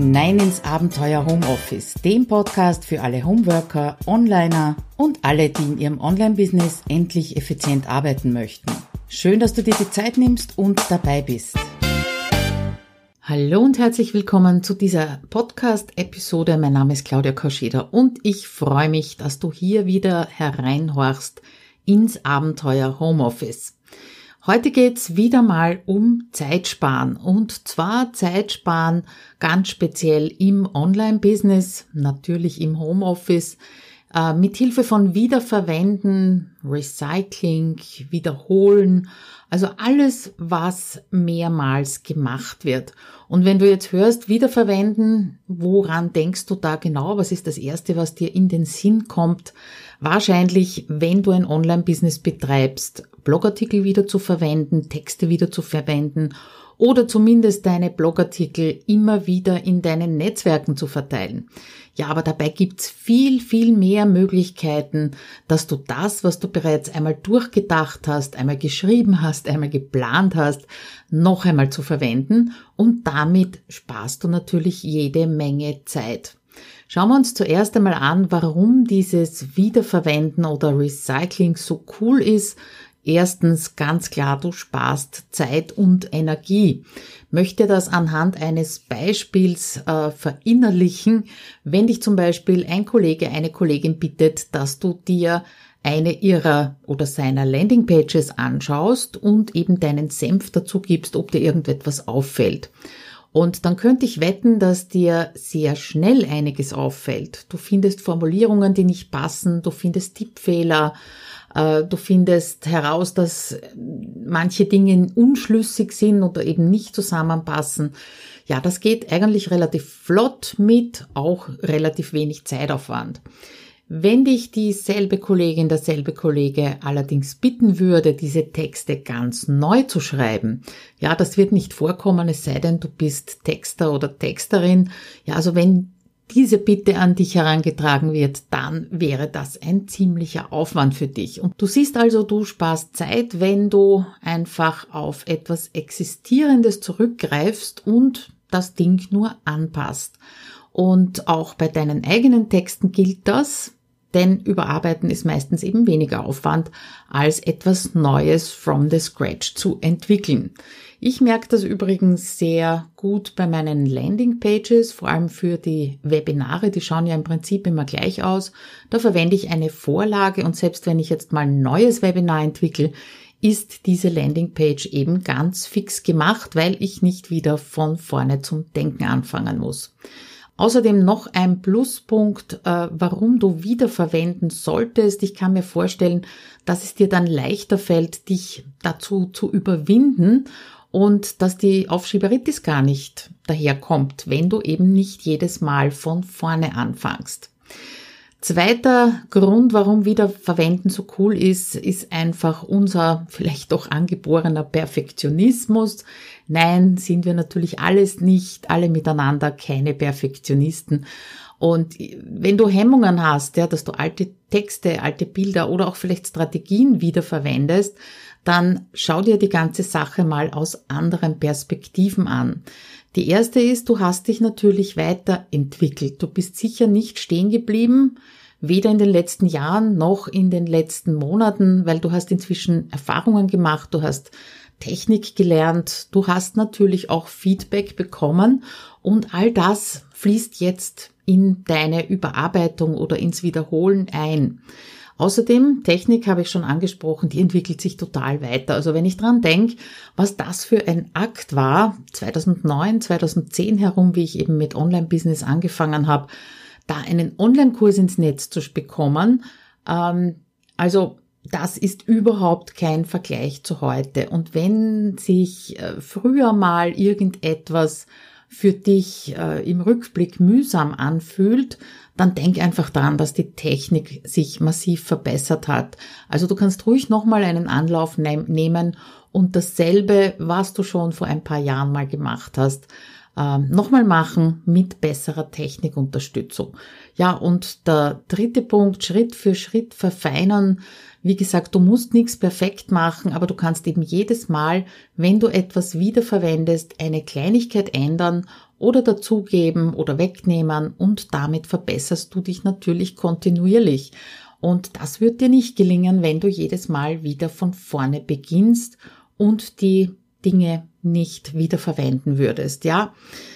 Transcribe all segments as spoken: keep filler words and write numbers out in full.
hinein ins Abenteuer Homeoffice, dem Podcast für alle Homeworker, Onliner und alle, die in ihrem Online-Business endlich effizient arbeiten möchten. Schön, dass du dir die Zeit nimmst und dabei bist. Hallo und herzlich willkommen zu dieser Podcast-Episode. Mein Name ist Claudia Kauscheder und ich freue mich, dass du hier wieder hereinhorchst ins Abenteuer Homeoffice. Heute geht's wieder mal um Zeitsparen und zwar Zeitsparen ganz speziell im Online-Business, natürlich im Homeoffice, äh, mit Hilfe von Wiederverwenden, Recycling, Wiederholen, also alles, was mehrmals gemacht wird. Und wenn du jetzt hörst, Wiederverwenden, woran denkst du da genau? Was ist das Erste, was dir in den Sinn kommt? Wahrscheinlich, wenn du ein Online-Business betreibst, Blogartikel wieder zu verwenden, Texte wieder zu verwenden oder zumindest deine Blogartikel immer wieder in deinen Netzwerken zu verteilen. Ja, aber dabei gibt's viel, viel mehr Möglichkeiten, dass du das, was du bereits einmal durchgedacht hast, einmal geschrieben hast, einmal geplant hast, noch einmal zu verwenden und damit sparst du natürlich jede Menge Zeit. Schauen wir uns zuerst einmal an, warum dieses Wiederverwenden oder Recycling so cool ist. Erstens, ganz klar, du sparst Zeit und Energie. Möchte das anhand eines Beispiels äh, verinnerlichen, wenn dich zum Beispiel ein Kollege, eine Kollegin bittet, dass du dir eine ihrer oder seiner Landingpages anschaust und eben deinen Senf dazu gibst, ob dir irgendetwas auffällt. Und dann könnte ich wetten, dass dir sehr schnell einiges auffällt. Du findest Formulierungen, die nicht passen, du findest Tippfehler, äh, du findest heraus, dass manche Dinge unschlüssig sind oder eben nicht zusammenpassen. Ja, das geht eigentlich relativ flott mit auch relativ wenig Zeitaufwand. Wenn dich dieselbe Kollegin, derselbe Kollege allerdings bitten würde, diese Texte ganz neu zu schreiben, ja, das wird nicht vorkommen, es sei denn, du bist Texter oder Texterin. Ja, also wenn diese Bitte an dich herangetragen wird, dann wäre das ein ziemlicher Aufwand für dich. Und du siehst also, du sparst Zeit, wenn du einfach auf etwas Existierendes zurückgreifst und das Ding nur anpasst. Und auch bei deinen eigenen Texten gilt das. Denn Überarbeiten ist meistens eben weniger Aufwand, als etwas Neues from the scratch zu entwickeln. Ich merke das übrigens sehr gut bei meinen Landingpages, vor allem für die Webinare, die schauen ja im Prinzip immer gleich aus. Da verwende ich eine Vorlage und selbst wenn ich jetzt mal ein neues Webinar entwickle, ist diese Landingpage eben ganz fix gemacht, weil ich nicht wieder von vorne zum Denken anfangen muss. Außerdem noch ein Pluspunkt, äh, warum du wiederverwenden solltest. Ich kann mir vorstellen, dass es dir dann leichter fällt, dich dazu zu überwinden und dass die Aufschieberitis gar nicht daherkommt, wenn du eben nicht jedes Mal von vorne anfängst. Zweiter Grund, warum Wiederverwenden so cool ist, ist einfach unser vielleicht doch angeborener Perfektionismus. Nein, sind wir natürlich alles nicht, alle miteinander keine Perfektionisten. Und wenn du Hemmungen hast, ja, dass du alte Texte, alte Bilder oder auch vielleicht Strategien wiederverwendest, dann schau dir die ganze Sache mal aus anderen Perspektiven an. Die erste ist, du hast dich natürlich weiterentwickelt. Du bist sicher nicht stehen geblieben, weder in den letzten Jahren noch in den letzten Monaten, weil du hast inzwischen Erfahrungen gemacht, du hast Technik gelernt, du hast natürlich auch Feedback bekommen und all das fließt jetzt in deine Überarbeitung oder ins Wiederholen ein. Außerdem, Technik habe ich schon angesprochen, die entwickelt sich total weiter. Also wenn ich dran denke, was das für ein Akt war, zweitausendneun, zweitausendzehn herum, wie ich eben mit Online-Business angefangen habe, da einen Online-Kurs ins Netz zu bekommen, ähm, also das ist überhaupt kein Vergleich zu heute. Und wenn sich äh, früher mal irgendetwas für dich äh, im Rückblick mühsam anfühlt, dann denk einfach daran, dass die Technik sich massiv verbessert hat. Also du kannst ruhig nochmal einen Anlauf ne- nehmen und dasselbe, was du schon vor ein paar Jahren mal gemacht hast, äh, nochmal machen mit besserer Technikunterstützung. Ja, und der dritte Punkt, Schritt für Schritt verfeinern. Wie gesagt, du musst nichts perfekt machen, aber du kannst eben jedes Mal, wenn du etwas wiederverwendest, eine Kleinigkeit ändern oder dazugeben oder wegnehmen und damit verbesserst du dich natürlich kontinuierlich. Und das wird dir nicht gelingen, wenn du jedes Mal wieder von vorne beginnst und die Dinge nicht wiederverwenden würdest. Ja,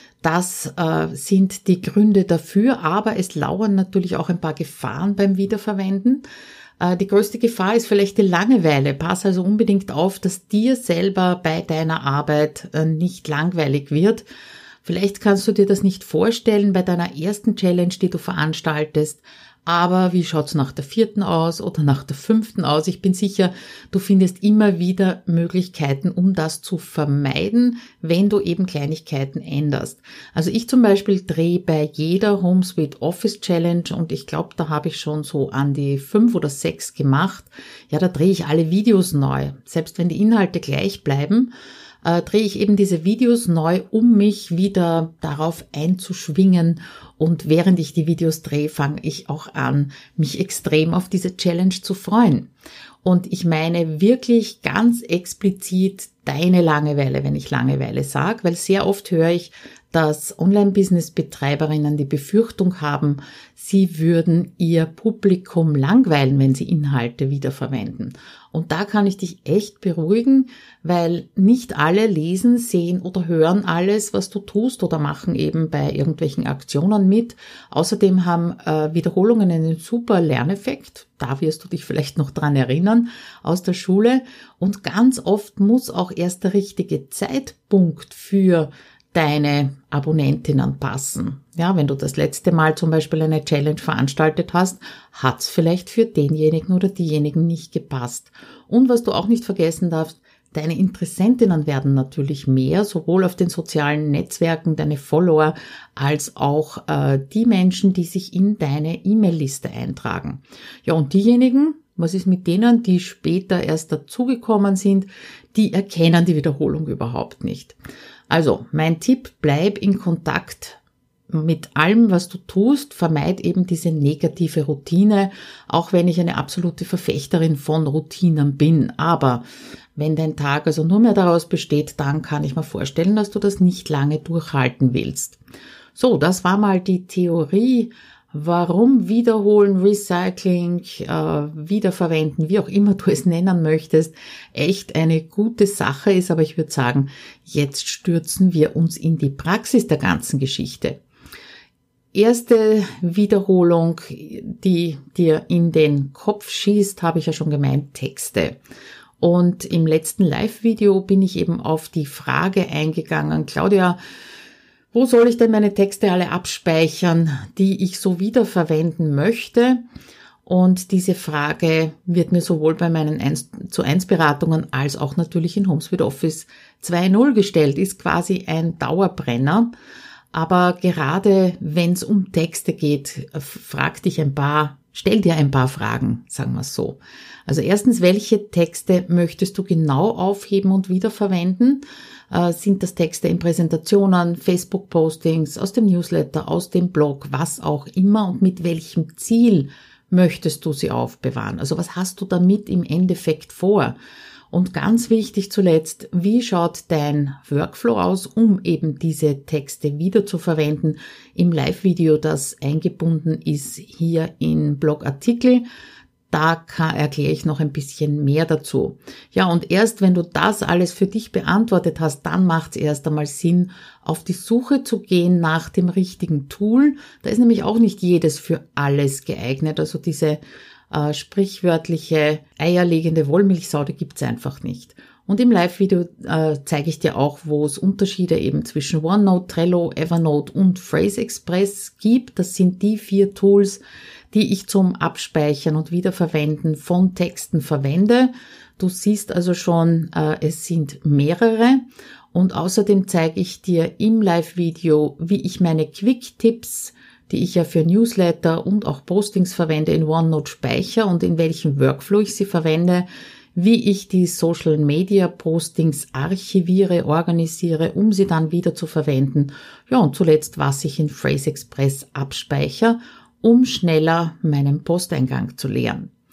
das äh, sind die Gründe dafür, aber es lauern natürlich auch ein paar Gefahren beim Wiederverwenden. Äh, die größte Gefahr ist vielleicht die Langeweile. Pass also unbedingt auf, dass dir selber bei deiner Arbeit äh, nicht langweilig wird. Vielleicht kannst du dir das nicht vorstellen bei deiner ersten Challenge, die du veranstaltest. Aber wie schaut's nach der vierten aus oder nach der fünften aus? Ich bin sicher, du findest immer wieder Möglichkeiten, um das zu vermeiden, wenn du eben Kleinigkeiten änderst. Also ich zum Beispiel drehe bei jeder HomeSuite Office Challenge und ich glaube, da habe ich schon so an die fünf oder sechs gemacht. Ja, da drehe ich alle Videos neu. Selbst wenn die Inhalte gleich bleiben, äh, drehe ich eben diese Videos neu, um mich wieder darauf einzuschwingen. Und während ich die Videos drehe, fange ich auch an, mich extrem auf diese Challenge zu freuen. Und ich meine wirklich ganz explizit deine Langeweile, wenn ich Langeweile sage, weil sehr oft höre ich, dass Online-Business-Betreiberinnen die Befürchtung haben, sie würden ihr Publikum langweilen, wenn sie Inhalte wiederverwenden. Und da kann ich dich echt beruhigen, weil nicht alle lesen, sehen oder hören alles, was du tust oder machen eben bei irgendwelchen Aktionen mit. Außerdem haben äh, Wiederholungen einen super Lerneffekt. Da wirst du dich vielleicht noch dran erinnern aus der Schule. Und ganz oft muss auch erst der richtige Zeitpunkt für deine Abonnentinnen passen. Ja, wenn du das letzte Mal zum Beispiel eine Challenge veranstaltet hast, hat's vielleicht für denjenigen oder diejenigen nicht gepasst. Und was du auch nicht vergessen darfst, deine Interessentinnen werden natürlich mehr, sowohl auf den sozialen Netzwerken, deine Follower, als auch äh, die Menschen, die sich in deine E-Mail-Liste eintragen. Ja, und diejenigen, was ist mit denen, die später erst dazugekommen sind, die erkennen die Wiederholung überhaupt nicht. Also, mein Tipp, bleib in Kontakt mit allem, was du tust, vermeid eben diese negative Routine, auch wenn ich eine absolute Verfechterin von Routinen bin. Aber wenn dein Tag also nur mehr daraus besteht, dann kann ich mir vorstellen, dass du das nicht lange durchhalten willst. So, das war mal die Theorie, warum Wiederholen, Recycling, äh, Wiederverwenden, wie auch immer du es nennen möchtest, echt eine gute Sache ist. Aber ich würde sagen, jetzt stürzen wir uns in die Praxis der ganzen Geschichte. Erste Wiederholung, die dir in den Kopf schießt, habe ich ja schon gemeint, Texte. Und im letzten Live-Video bin ich eben auf die Frage eingegangen, Claudia, wo soll ich denn meine Texte alle abspeichern, die ich so wiederverwenden möchte? Und diese Frage wird mir sowohl bei meinen eins zu eins Beratungen als auch natürlich in HomeSuite Office zwei Punkt null gestellt, ist quasi ein Dauerbrenner. Aber gerade wenn es um Texte geht, frag dich ein paar, stell dir ein paar Fragen, sagen wir es so. Also erstens, welche Texte möchtest du genau aufheben und wiederverwenden? Äh, sind das Texte in Präsentationen, Facebook-Postings, aus dem Newsletter, aus dem Blog, was auch immer und mit welchem Ziel möchtest du sie aufbewahren? Also was hast du damit im Endeffekt vor? Und ganz wichtig zuletzt, wie schaut dein Workflow aus, um eben diese Texte wieder zu verwenden im Live-Video, das eingebunden ist hier in Blogartikel. Da kann, erkläre ich noch ein bisschen mehr dazu. Ja, und erst wenn du das alles für dich beantwortet hast, dann macht es erst einmal Sinn, auf die Suche zu gehen nach dem richtigen Tool. Da ist nämlich auch nicht jedes für alles geeignet. Also diese äh, sprichwörtliche eierlegende Wollmilchsau, die gibt's einfach nicht. Und im Live-Video äh, zeige ich dir auch, wo es Unterschiede eben zwischen OneNote, Trello, Evernote und PhraseExpress gibt. Das sind die vier Tools, die ich zum Abspeichern und Wiederverwenden von Texten verwende. Du siehst also schon, äh, es sind mehrere. Und außerdem zeige ich dir im Live-Video, wie ich meine Quick-Tipps, die ich ja für Newsletter und auch Postings verwende, in OneNote speichere und in welchem Workflow ich sie verwende, wie ich die Social-Media-Postings archiviere, organisiere, um sie dann wieder zu verwenden. Ja, und zuletzt, was ich in PhraseExpress abspeichere, um schneller meinen Posteingang zu leeren.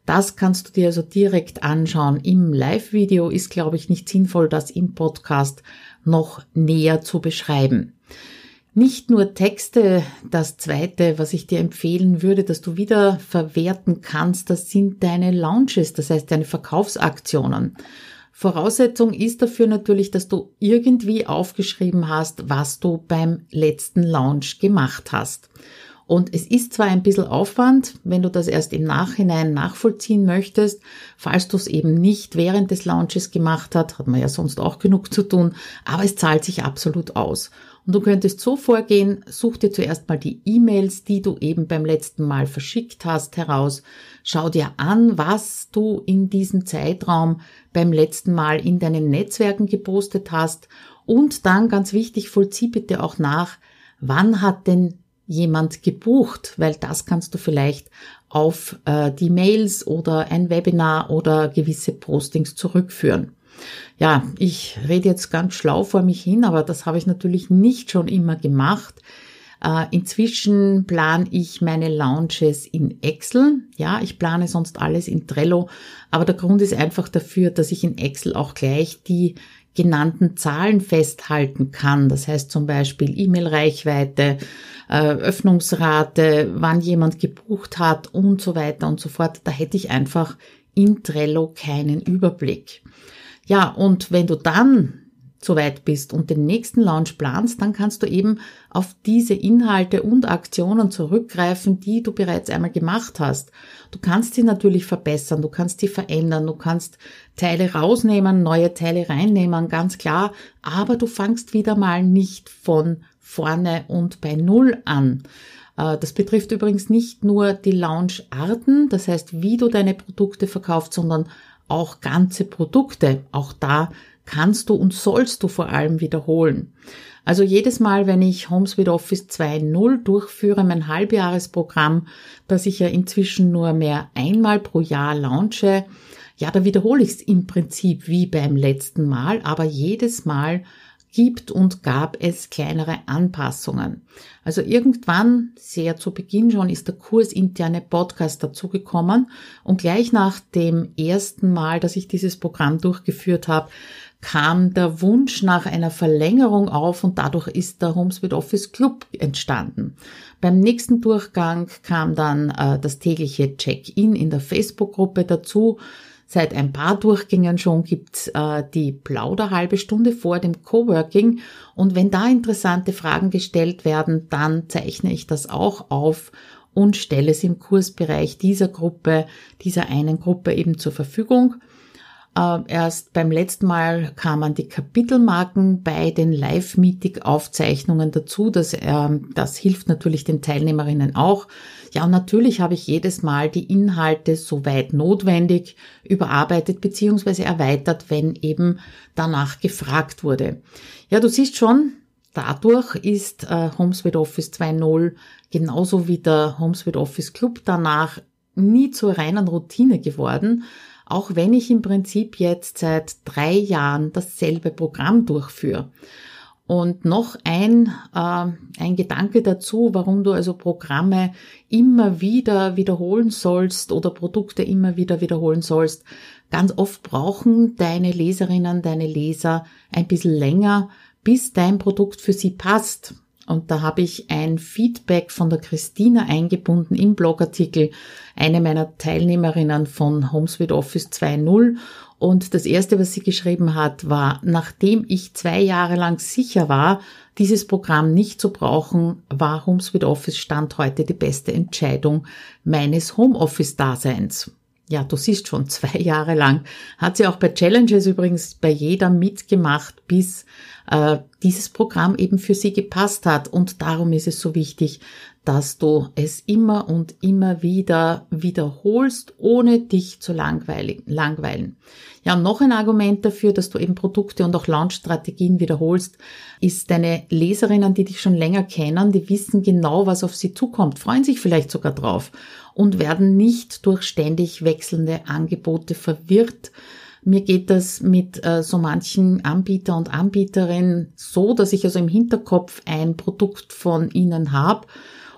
Das kannst du dir also direkt anschauen. Im Live-Video ist, glaube ich, nicht sinnvoll, das im Podcast noch näher zu beschreiben. Nicht nur Texte, das Zweite, was ich dir empfehlen würde, dass du wieder verwerten kannst, das sind deine Launches, das heißt deine Verkaufsaktionen. Voraussetzung ist dafür natürlich, dass du irgendwie aufgeschrieben hast, was du beim letzten Launch gemacht hast. Und es ist zwar ein bisschen Aufwand, wenn du das erst im Nachhinein nachvollziehen möchtest, falls du es eben nicht während des Launches gemacht hast, hat man ja sonst auch genug zu tun, aber es zahlt sich absolut aus. Und du könntest so vorgehen, such dir zuerst mal die E-Mails, die du eben beim letzten Mal verschickt hast, heraus. Schau dir an, was du in diesem Zeitraum beim letzten Mal in deinen Netzwerken gepostet hast. Und dann, ganz wichtig, vollzieh bitte auch nach, wann hat denn jemand gebucht? Weil das kannst du vielleicht auf äh, die Mails oder ein Webinar oder gewisse Postings zurückführen. Ja, ich rede jetzt ganz schlau vor mich hin, aber das habe ich natürlich nicht schon immer gemacht. Äh, inzwischen plane ich meine Launches in Excel. Ja, ich plane sonst alles in Trello, aber der Grund ist einfach dafür, dass ich in Excel auch gleich die genannten Zahlen festhalten kann. Das heißt zum Beispiel E-Mail-Reichweite, äh, Öffnungsrate, wann jemand gebucht hat und so weiter und so fort. Da hätte ich einfach in Trello keinen Überblick. Ja, und wenn du dann soweit bist und den nächsten Launch planst, dann kannst du eben auf diese Inhalte und Aktionen zurückgreifen, die du bereits einmal gemacht hast. Du kannst sie natürlich verbessern, du kannst sie verändern, du kannst Teile rausnehmen, neue Teile reinnehmen, ganz klar, aber du fangst wieder mal nicht von vorne und bei Null an. Das betrifft übrigens nicht nur die Launch-Arten, das heißt, wie du deine Produkte verkaufst, sondern auch ganze Produkte. Auch da kannst du und sollst du vor allem wiederholen. Also jedes Mal, wenn ich HomeSuite Office zwei Punkt null durchführe, mein Halbjahresprogramm, das ich ja inzwischen nur mehr einmal pro Jahr launche, ja, da wiederhole ich es im Prinzip wie beim letzten Mal, aber jedes Mal gibt und gab es kleinere Anpassungen. Also irgendwann, sehr zu Beginn schon, ist der kursinterne Podcast dazugekommen und gleich nach dem ersten Mal, dass ich dieses Programm durchgeführt habe, kam der Wunsch nach einer Verlängerung auf und dadurch ist der HomeSuite Office Club entstanden. Beim nächsten Durchgang kam dann äh, das tägliche Check-in in der Facebook-Gruppe dazu. Seit ein paar Durchgängen schon gibt's äh, die Plauderhalbe Stunde vor dem Coworking und wenn da interessante Fragen gestellt werden, dann zeichne ich das auch auf und stelle es im Kursbereich dieser Gruppe, dieser einen Gruppe eben zur Verfügung. Äh, erst beim letzten Mal kamen die Kapitelmarken bei den Live-Meeting-Aufzeichnungen dazu. Das, äh, das hilft natürlich den Teilnehmerinnen auch. Ja, und natürlich habe ich jedes Mal die Inhalte soweit notwendig überarbeitet bzw. erweitert, wenn eben danach gefragt wurde. Ja, du siehst schon, dadurch ist äh, HomeSuite Office zwei Punkt null genauso wie der HomeSuite Office Club danach nie zur reinen Routine geworden, auch wenn ich im Prinzip jetzt seit drei Jahren dasselbe Programm durchführe. Und noch ein, äh, ein Gedanke dazu, warum du also Programme immer wieder wiederholen sollst oder Produkte immer wieder wiederholen sollst. Ganz oft brauchen deine Leserinnen, deine Leser ein bisschen länger, bis dein Produkt für sie passt. Und da habe ich ein Feedback von der Christina eingebunden im Blogartikel, eine meiner Teilnehmerinnen von HomeSuite Office zwei Punkt null. Und das Erste, was sie geschrieben hat, war, nachdem ich zwei Jahre lang sicher war, dieses Programm nicht zu brauchen, war HomeSuite Office Stand heute die beste Entscheidung meines Homeoffice-Daseins. Ja, du siehst schon, zwei Jahre lang hat sie auch bei Challenges übrigens bei jeder mitgemacht, bis äh, dieses Programm eben für sie gepasst hat. Und darum ist es so wichtig, dass du es immer und immer wieder wiederholst, ohne dich zu langweilen. Ja, und noch ein Argument dafür, dass du eben Produkte und auch Launch-Strategien wiederholst, ist deine Leserinnen, die dich schon länger kennen, die wissen genau, was auf sie zukommt, freuen sich vielleicht sogar drauf und werden nicht durch ständig wechselnde Angebote verwirrt. Mir geht das mit äh, so manchen Anbieter und Anbieterinnen so, dass ich also im Hinterkopf ein Produkt von ihnen habe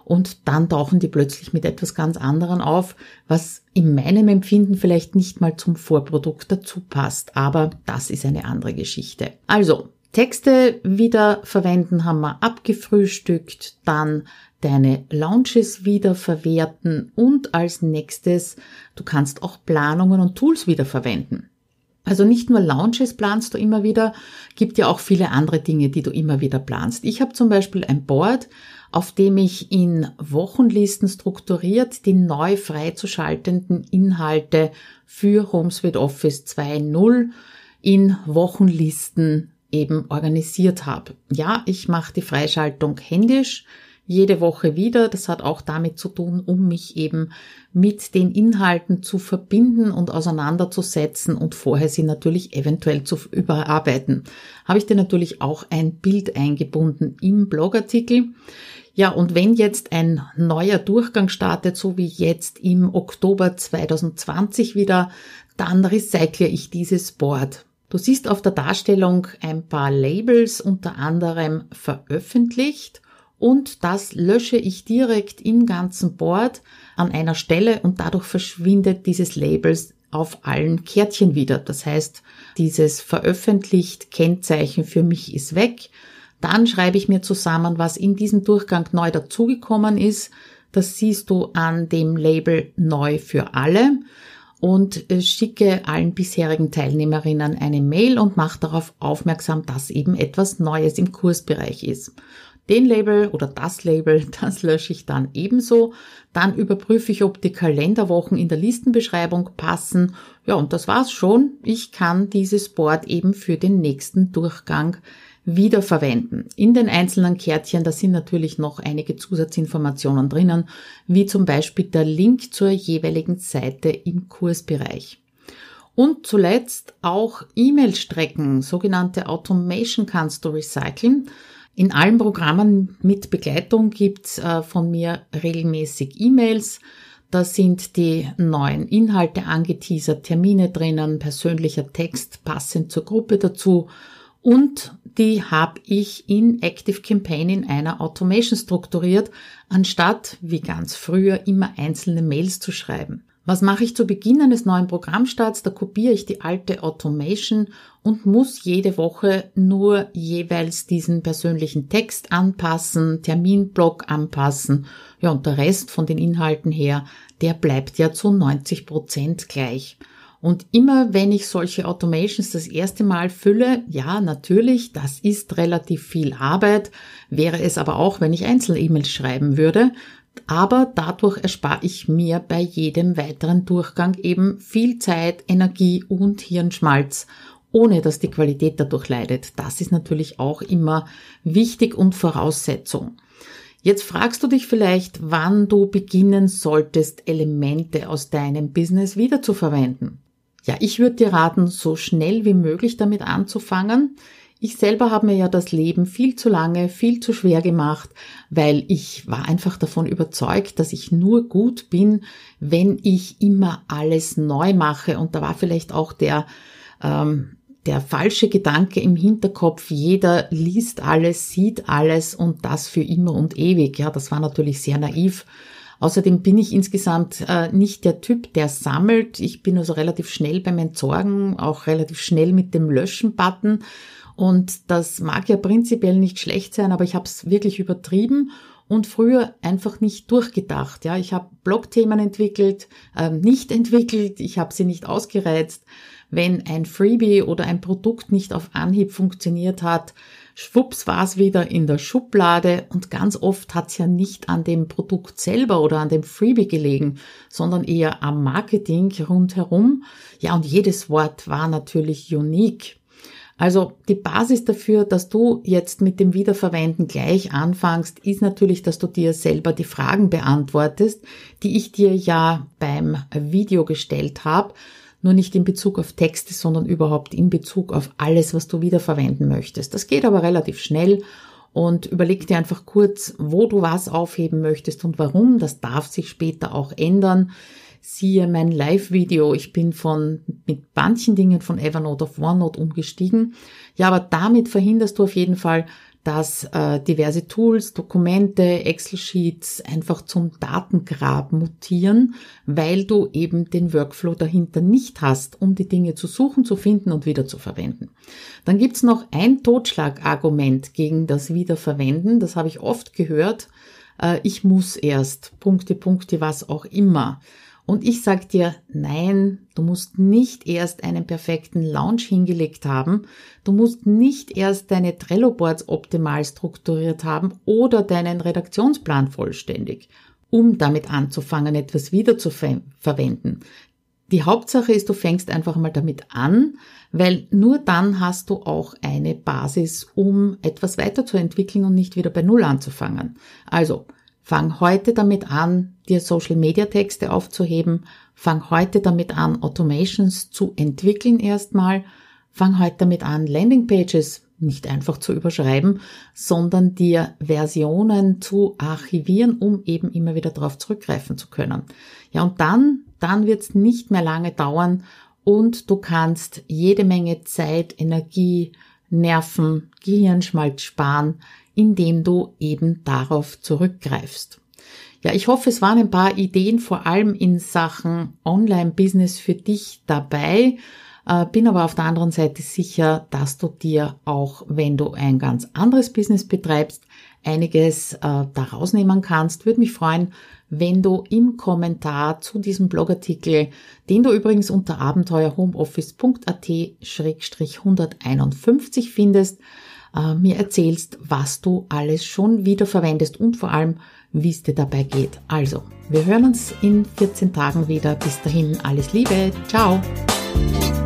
und dann tauchen die plötzlich mit etwas ganz anderem auf, was in meinem Empfinden vielleicht nicht mal zum Vorprodukt dazu passt, aber das ist eine andere Geschichte. Also, Texte wieder verwenden haben wir abgefrühstückt, dann deine Launches wieder verwerten und als nächstes, du kannst auch Planungen und Tools wieder verwenden. Also nicht nur Launches planst du immer wieder, gibt ja auch viele andere Dinge, die du immer wieder planst. Ich habe zum Beispiel ein Board, auf dem ich in Wochenlisten strukturiert die neu freizuschaltenden Inhalte für HomeSuite Office zwei Punkt null in Wochenlisten eben organisiert habe. Ja, ich mache die Freischaltung händisch, jede Woche wieder. Das hat auch damit zu tun, um mich eben mit den Inhalten zu verbinden und auseinanderzusetzen und vorher sie natürlich eventuell zu überarbeiten. Habe ich dir natürlich auch ein Bild eingebunden im Blogartikel. Ja, und wenn jetzt ein neuer Durchgang startet, so wie jetzt im Oktober zwanzig zwanzig wieder, dann recycle ich dieses Board. Du siehst auf der Darstellung ein paar Labels, unter anderem veröffentlicht, und das lösche ich direkt im ganzen Board an einer Stelle und dadurch verschwindet dieses Labels auf allen Kärtchen wieder. Das heißt, dieses veröffentlicht Kennzeichen für mich ist weg. Dann schreibe ich mir zusammen, was in diesem Durchgang neu dazugekommen ist. Das siehst du an dem Label neu für alle. Und schicke allen bisherigen Teilnehmerinnen eine Mail und mache darauf aufmerksam, dass eben etwas Neues im Kursbereich ist. Den Label oder das Label, das lösche ich dann ebenso. Dann überprüfe ich, ob die Kalenderwochen in der Listenbeschreibung passen. Ja, und das war's schon. Ich kann dieses Board eben für den nächsten Durchgang wiederverwenden. In den einzelnen Kärtchen, da sind natürlich noch einige Zusatzinformationen drinnen, wie zum Beispiel der Link zur jeweiligen Seite im Kursbereich. Und zuletzt auch E-Mail-Strecken, sogenannte Automation kannst du recyceln. In allen Programmen mit Begleitung gibt's äh, von mir regelmäßig E-Mails. Da sind die neuen Inhalte angeteasert, Termine drinnen, persönlicher Text passend zur Gruppe dazu. Und die habe ich in ActiveCampaign in einer Automation strukturiert, anstatt wie ganz früher immer einzelne Mails zu schreiben. Was mache ich zu Beginn eines neuen Programmstarts? Da kopiere ich die alte Automation und muss jede Woche nur jeweils diesen persönlichen Text anpassen, Terminblock anpassen. Ja, und der Rest von den Inhalten her, der bleibt ja zu neunzig Prozent gleich. Und immer wenn ich solche Automations das erste Mal fülle, ja, natürlich, das ist relativ viel Arbeit, wäre es aber auch, wenn ich Einzel-E-Mails schreiben würde. Aber dadurch erspare ich mir bei jedem weiteren Durchgang eben viel Zeit, Energie und Hirnschmalz, ohne dass die Qualität dadurch leidet. Das ist natürlich auch immer wichtig und Voraussetzung. Jetzt fragst du dich vielleicht, wann du beginnen solltest, Elemente aus deinem Business wiederzuverwenden. Ja, ich würde dir raten, so schnell wie möglich damit anzufangen. Ich selber habe mir ja das Leben viel zu lange, viel zu schwer gemacht, weil ich war einfach davon überzeugt, dass ich nur gut bin, wenn ich immer alles neu mache. Und da war vielleicht auch der, ähm, der falsche Gedanke im Hinterkopf, jeder liest alles, sieht alles und das für immer und ewig. Ja, das war natürlich sehr naiv. Außerdem bin ich insgesamt äh, nicht der Typ, der sammelt. Ich bin also relativ schnell beim Entsorgen, auch relativ schnell mit dem Löschen-Button. Und das mag ja prinzipiell nicht schlecht sein, aber ich habe es wirklich übertrieben und früher einfach nicht durchgedacht. Ja, ich habe Blogthemen entwickelt, äh, nicht entwickelt, ich habe sie nicht ausgereizt. Wenn ein Freebie oder ein Produkt nicht auf Anhieb funktioniert hat, schwupps war es wieder in der Schublade und ganz oft hat es ja nicht an dem Produkt selber oder an dem Freebie gelegen, sondern eher am Marketing rundherum. Ja, und jedes Wort war natürlich unique. Also die Basis dafür, dass du jetzt mit dem Wiederverwenden gleich anfängst, ist natürlich, dass du dir selber die Fragen beantwortest, die ich dir ja beim Video gestellt habe. Nur nicht in Bezug auf Texte, sondern überhaupt in Bezug auf alles, was du wiederverwenden möchtest. Das geht aber relativ schnell und überleg dir einfach kurz, wo du was aufheben möchtest und warum. Das darf sich später auch ändern. Siehe mein Live-Video. Ich bin von mit manchen Dingen von Evernote auf OneNote umgestiegen. Ja, aber damit verhinderst du auf jeden Fall, dass äh, diverse Tools, Dokumente, Excel-Sheets einfach zum Datengrab mutieren, weil du eben den Workflow dahinter nicht hast, um die Dinge zu suchen, zu finden und wieder zu verwenden. Dann gibt's noch ein Totschlagargument gegen das Wiederverwenden, das habe ich oft gehört, äh, ich muss erst, Punkte, Punkte, was auch immer. Und ich sag dir, nein, du musst nicht erst einen perfekten Launch hingelegt haben, du musst nicht erst deine Trello-Boards optimal strukturiert haben oder deinen Redaktionsplan vollständig, um damit anzufangen, etwas wieder zu ver- verwenden. Die Hauptsache ist, du fängst einfach mal damit an, weil nur dann hast du auch eine Basis, um etwas weiterzuentwickeln und nicht wieder bei Null anzufangen. Also, fang heute damit an, dir Social-Media-Texte aufzuheben. Fang heute damit an, Automations zu entwickeln erstmal. Fang heute damit an, Landingpages nicht einfach zu überschreiben, sondern dir Versionen zu archivieren, um eben immer wieder darauf zurückgreifen zu können. Ja, und dann, dann wird es nicht mehr lange dauern und du kannst jede Menge Zeit, Energie, Nerven, Gehirnschmalz sparen, indem du eben darauf zurückgreifst. Ja, ich hoffe, es waren ein paar Ideen, vor allem in Sachen Online-Business für dich dabei. Äh, bin aber auf der anderen Seite sicher, dass du dir auch, wenn du ein ganz anderes Business betreibst, einiges äh, da rausnehmen kannst. Würde mich freuen, wenn du im Kommentar zu diesem Blogartikel, den du übrigens unter abenteuerhomeoffice punkt a t Schrägstrich hunderteinundfünfzig findest, äh, mir erzählst, was du alles schon wieder verwendest und vor allem, wie es dir dabei geht. Also, wir hören uns in vierzehn Tagen wieder. Bis dahin, alles Liebe. Ciao.